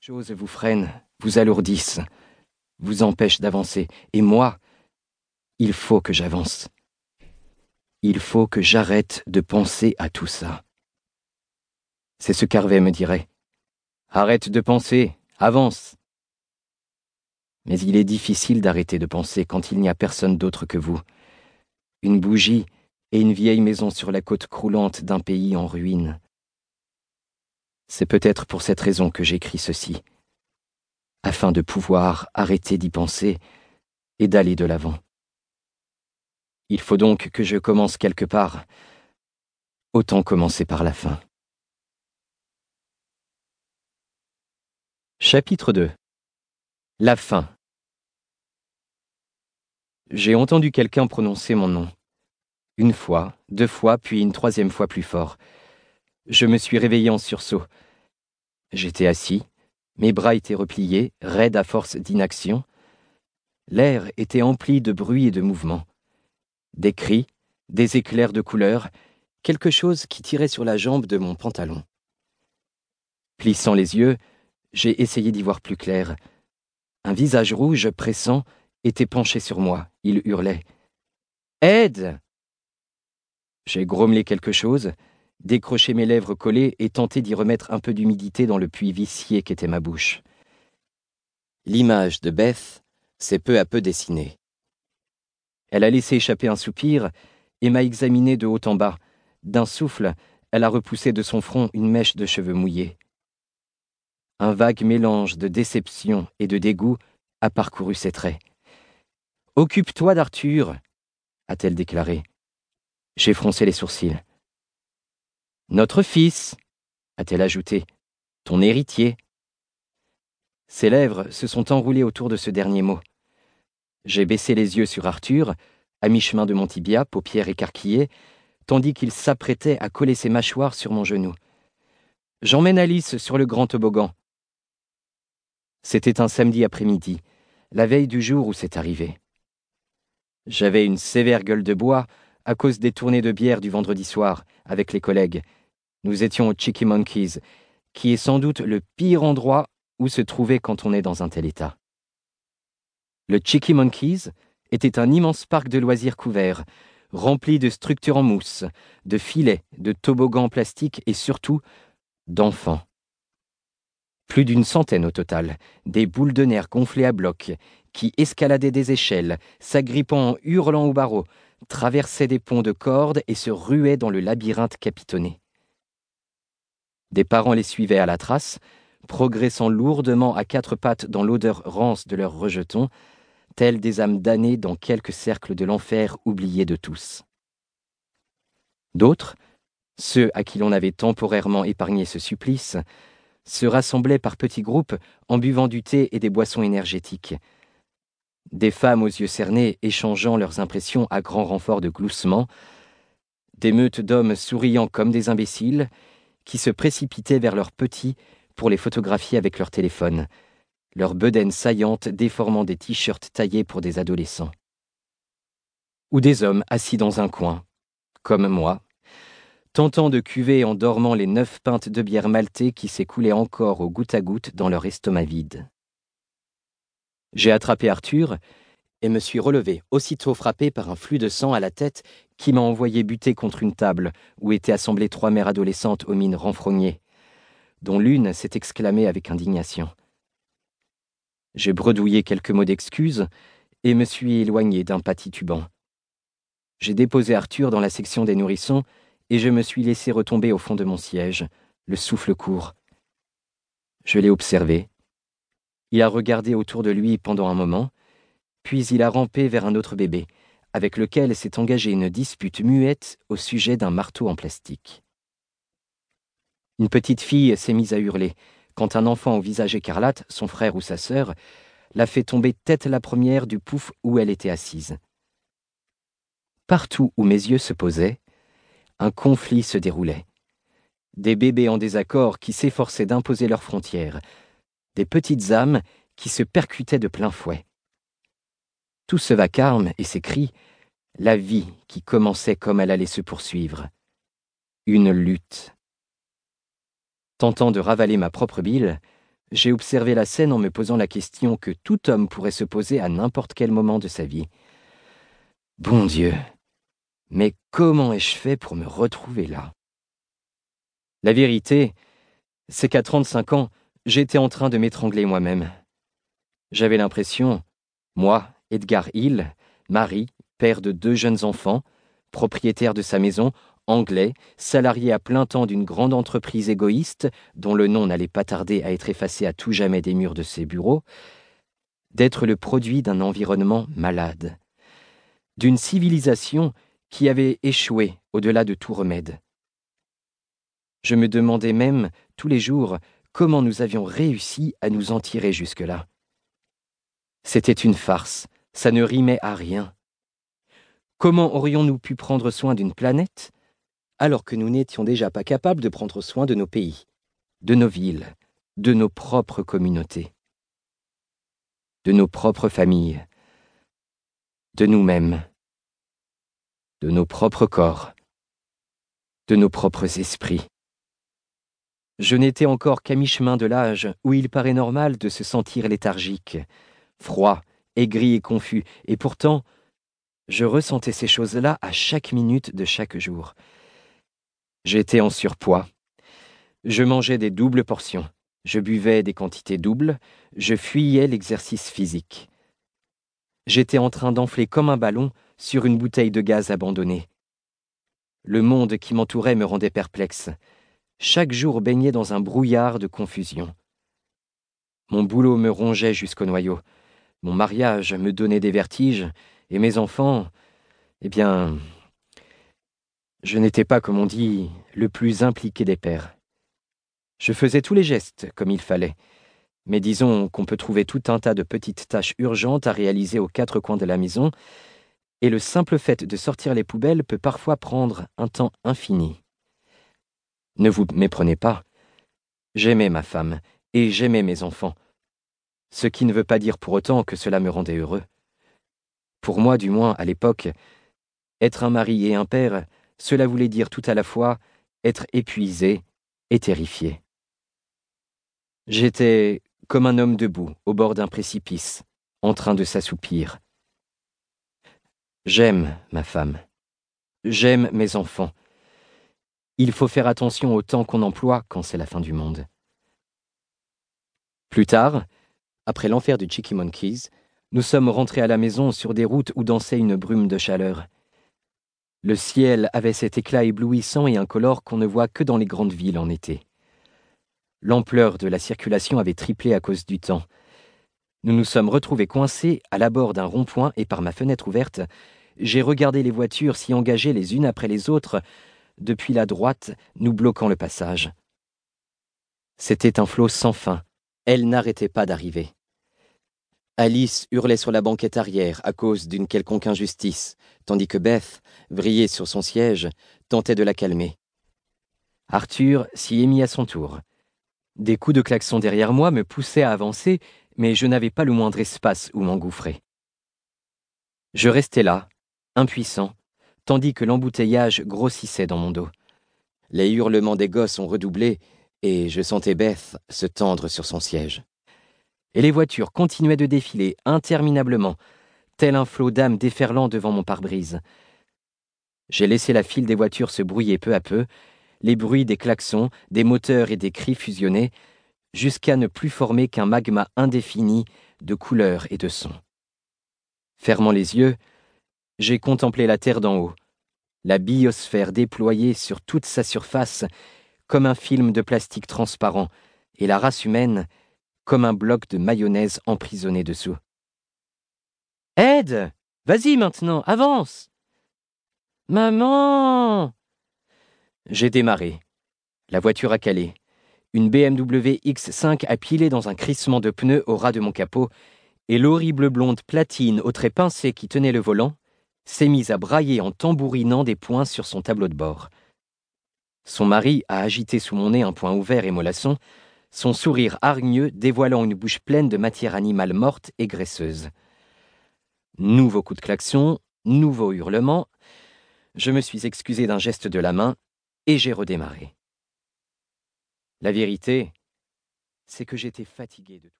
Choses vous freinent, vous alourdissent, vous empêchent d'avancer. Et moi, il faut que j'avance. Il faut que j'arrête de penser à tout ça. C'est ce qu'Harvey me dirait. Arrête de penser, avance. Mais il est difficile d'arrêter de penser quand il n'y a personne d'autre que vous. Une bougie et une vieille maison sur la côte croulante d'un pays en ruine. C'est peut-être pour cette raison que j'écris ceci, afin de pouvoir arrêter d'y penser et d'aller de l'avant. Il faut donc que je commence quelque part. Autant commencer par la fin. Chapitre 2. La fin. J'ai entendu quelqu'un prononcer mon nom. Une fois, 2 fois, puis une 3e fois plus fort. Je me suis réveillé en sursaut. J'étais assis, mes bras étaient repliés, raides à force d'inaction. L'air était empli de bruit et de mouvement. Des cris, des éclairs de couleur, quelque chose qui tirait sur la jambe de mon pantalon. Plissant les yeux, j'ai essayé d'y voir plus clair. Un visage rouge, pressant, était penché sur moi. Il hurlait. « Aide !» J'ai grommelé quelque chose, décroché mes lèvres collées et tenté d'y remettre un peu d'humidité dans le puits vicié qu'était ma bouche. L'image de Beth s'est peu à peu dessinée. Elle a laissé échapper un soupir et m'a examiné de haut en bas. D'un souffle, elle a repoussé de son front une mèche de cheveux mouillés. Un vague mélange de déception et de dégoût a parcouru ses traits. « Occupe-toi d'Arthur !» a-t-elle déclaré. J'ai froncé les sourcils. « Notre fils !» a-t-elle ajouté. « Ton héritier !» Ses lèvres se sont enroulées autour de ce dernier mot. J'ai baissé les yeux sur Arthur, à mi-chemin de mon tibia, paupières écarquillées, tandis qu'il s'apprêtait à coller ses mâchoires sur mon genou. « J'emmène Alice sur le grand toboggan. » C'était un samedi après-midi, la veille du jour où c'est arrivé. J'avais une sévère gueule de bois à cause des tournées de bière du vendredi soir avec les collègues. Nous étions au Cheeky Monkeys, qui est sans doute le pire endroit où se trouver quand on est dans un tel état. Le Cheeky Monkeys était un immense parc de loisirs couvert, rempli de structures en mousse, de filets, de toboggans en plastique et surtout d'enfants. Plus d'une centaine au total, des boules de nerfs gonflées à bloc, qui escaladaient des échelles, s'agrippant en hurlant aux barreaux, traversaient des ponts de cordes et se ruaient dans le labyrinthe capitonné. Des parents les suivaient à la trace, progressant lourdement à 4 pattes dans l'odeur rance de leurs rejetons, tels des âmes damnées dans quelques cercles de l'enfer oubliés de tous. D'autres, ceux à qui l'on avait temporairement épargné ce supplice, se rassemblaient par petits groupes en buvant du thé et des boissons énergétiques. Des femmes aux yeux cernés échangeant leurs impressions à grand renfort de gloussements, des meutes d'hommes souriant comme des imbéciles, qui se précipitaient vers leurs petits pour les photographier avec leur téléphone, leurs bedaines saillantes déformant des t-shirts taillés pour des adolescents. Ou des hommes assis dans un coin, comme moi, tentant de cuver en dormant les 9 pintes de bière maltée qui s'écoulaient encore au goutte à goutte dans leur estomac vide. J'ai attrapé Arthur et me suis relevé, aussitôt frappé par un flux de sang à la tête qui m'a envoyé buter contre une table où étaient assemblées 3 mères adolescentes aux mines renfrognées, dont l'une s'est exclamée avec indignation. J'ai bredouillé quelques mots d'excuses et me suis éloigné d'un pas titubant. J'ai déposé Arthur dans la section des nourrissons et je me suis laissé retomber au fond de mon siège, le souffle court. Je l'ai observé. Il a regardé autour de lui pendant un moment, puis il a rampé vers un autre bébé, avec lequel s'est engagée une dispute muette au sujet d'un marteau en plastique. Une petite fille s'est mise à hurler, quand un enfant au visage écarlate, son frère ou sa sœur, l'a fait tomber tête la première du pouf où elle était assise. Partout où mes yeux se posaient, un conflit se déroulait. Des bébés en désaccord qui s'efforçaient d'imposer leurs frontières, des petites âmes qui se percutaient de plein fouet. Tout ce vacarme et ces cris, la vie qui commençait comme elle allait se poursuivre. Une lutte. Tentant de ravaler ma propre bile, J'ai observé la scène en me posant la question que tout homme pourrait se poser à n'importe quel moment de sa vie. Bon Dieu, mais comment ai-je fait pour me retrouver là? La vérité, c'est qu'à 35 ans, j'étais en train de m'étrangler moi-même. J'avais l'impression, moi, Edgar Hill, mari, père de 2 jeunes enfants, propriétaire de sa maison, anglais, salarié à plein temps d'une grande entreprise égoïste, dont le nom n'allait pas tarder à être effacé à tout jamais des murs de ses bureaux, d'être le produit d'un environnement malade, d'une civilisation qui avait échoué au-delà de tout remède. Je me demandais même, tous les jours, comment nous avions réussi à nous en tirer jusque-là. C'était une farce, ça ne rimait à rien. Comment aurions-nous pu prendre soin d'une planète alors que nous n'étions déjà pas capables de prendre soin de nos pays, de nos villes, de nos propres communautés, de nos propres familles, de nous-mêmes, de nos propres corps, de nos propres esprits. Je n'étais encore qu'à mi-chemin de l'âge où il paraît normal de se sentir léthargique, froid, aigri et confus, et pourtant, je ressentais ces choses-là à chaque minute de chaque jour. J'étais en surpoids. Je mangeais des doubles portions. Je buvais des quantités doubles. Je fuyais l'exercice physique. J'étais en train d'enfler comme un ballon sur une bouteille de gaz abandonnée. Le monde qui m'entourait me rendait perplexe. Chaque jour baignait dans un brouillard de confusion. Mon boulot me rongeait jusqu'au noyau. Mon mariage me donnait des vertiges. Et mes enfants, eh bien, je n'étais pas, comme on dit, le plus impliqué des pères. Je faisais tous les gestes comme il fallait, mais disons qu'on peut trouver tout un tas de petites tâches urgentes à réaliser aux 4 coins de la maison, et le simple fait de sortir les poubelles peut parfois prendre un temps infini. Ne vous méprenez pas, j'aimais ma femme, et j'aimais mes enfants, ce qui ne veut pas dire pour autant que cela me rendait heureux. Pour moi, du moins, à l'époque, être un mari et un père, cela voulait dire tout à la fois être épuisé et terrifié. J'étais comme un homme debout, au bord d'un précipice, en train de s'assoupir. J'aime ma femme. J'aime mes enfants. Il faut faire attention au temps qu'on emploie quand c'est la fin du monde. Plus tard, après l'enfer du Cheeky Monkeys, nous sommes rentrés à la maison sur des routes où dansait une brume de chaleur. Le ciel avait cet éclat éblouissant et incolore qu'on ne voit que dans les grandes villes en été. L'ampleur de la circulation avait triplé à cause du temps. Nous nous sommes retrouvés coincés à l'abord d'un rond-point et par ma fenêtre ouverte, j'ai regardé les voitures s'y engager les unes après les autres, depuis la droite, nous bloquant le passage. C'était un flot sans fin. Elle n'arrêtait pas d'arriver. Alice hurlait sur la banquette arrière à cause d'une quelconque injustice, tandis que Beth, vrillée sur son siège, tentait de la calmer. Arthur s'y émit à son tour. Des coups de klaxon derrière moi me poussaient à avancer, mais je n'avais pas le moindre espace où m'engouffrer. Je restais là, impuissant, tandis que l'embouteillage grossissait dans mon dos. Les hurlements des gosses ont redoublé, et je sentais Beth se tendre sur son siège. Et les voitures continuaient de défiler interminablement, tel un flot d'âmes déferlant devant mon pare-brise. J'ai laissé la file des voitures se brouiller peu à peu, les bruits des klaxons, des moteurs et des cris fusionner, jusqu'à ne plus former qu'un magma indéfini de couleurs et de sons. Fermant les yeux, j'ai contemplé la terre d'en haut, la biosphère déployée sur toute sa surface comme un film de plastique transparent, et la race humaine comme un bloc de mayonnaise emprisonné dessous. « Ed, vas-y maintenant, avance !»« Maman !» J'ai démarré. La voiture a calé. Une BMW X5 a pilé dans un crissement de pneus au ras de mon capot, et l'horrible blonde platine aux traits pincés qui tenait le volant s'est mise à brailler en tambourinant des poings sur son tableau de bord. Son mari a agité sous mon nez un poing ouvert et mollasson, son sourire hargneux dévoilant une bouche pleine de matière animale morte et graisseuse. Nouveau coup de klaxon, nouveau hurlement. Je me suis excusé d'un geste de la main et j'ai redémarré. La vérité, c'est que j'étais fatigué de tout.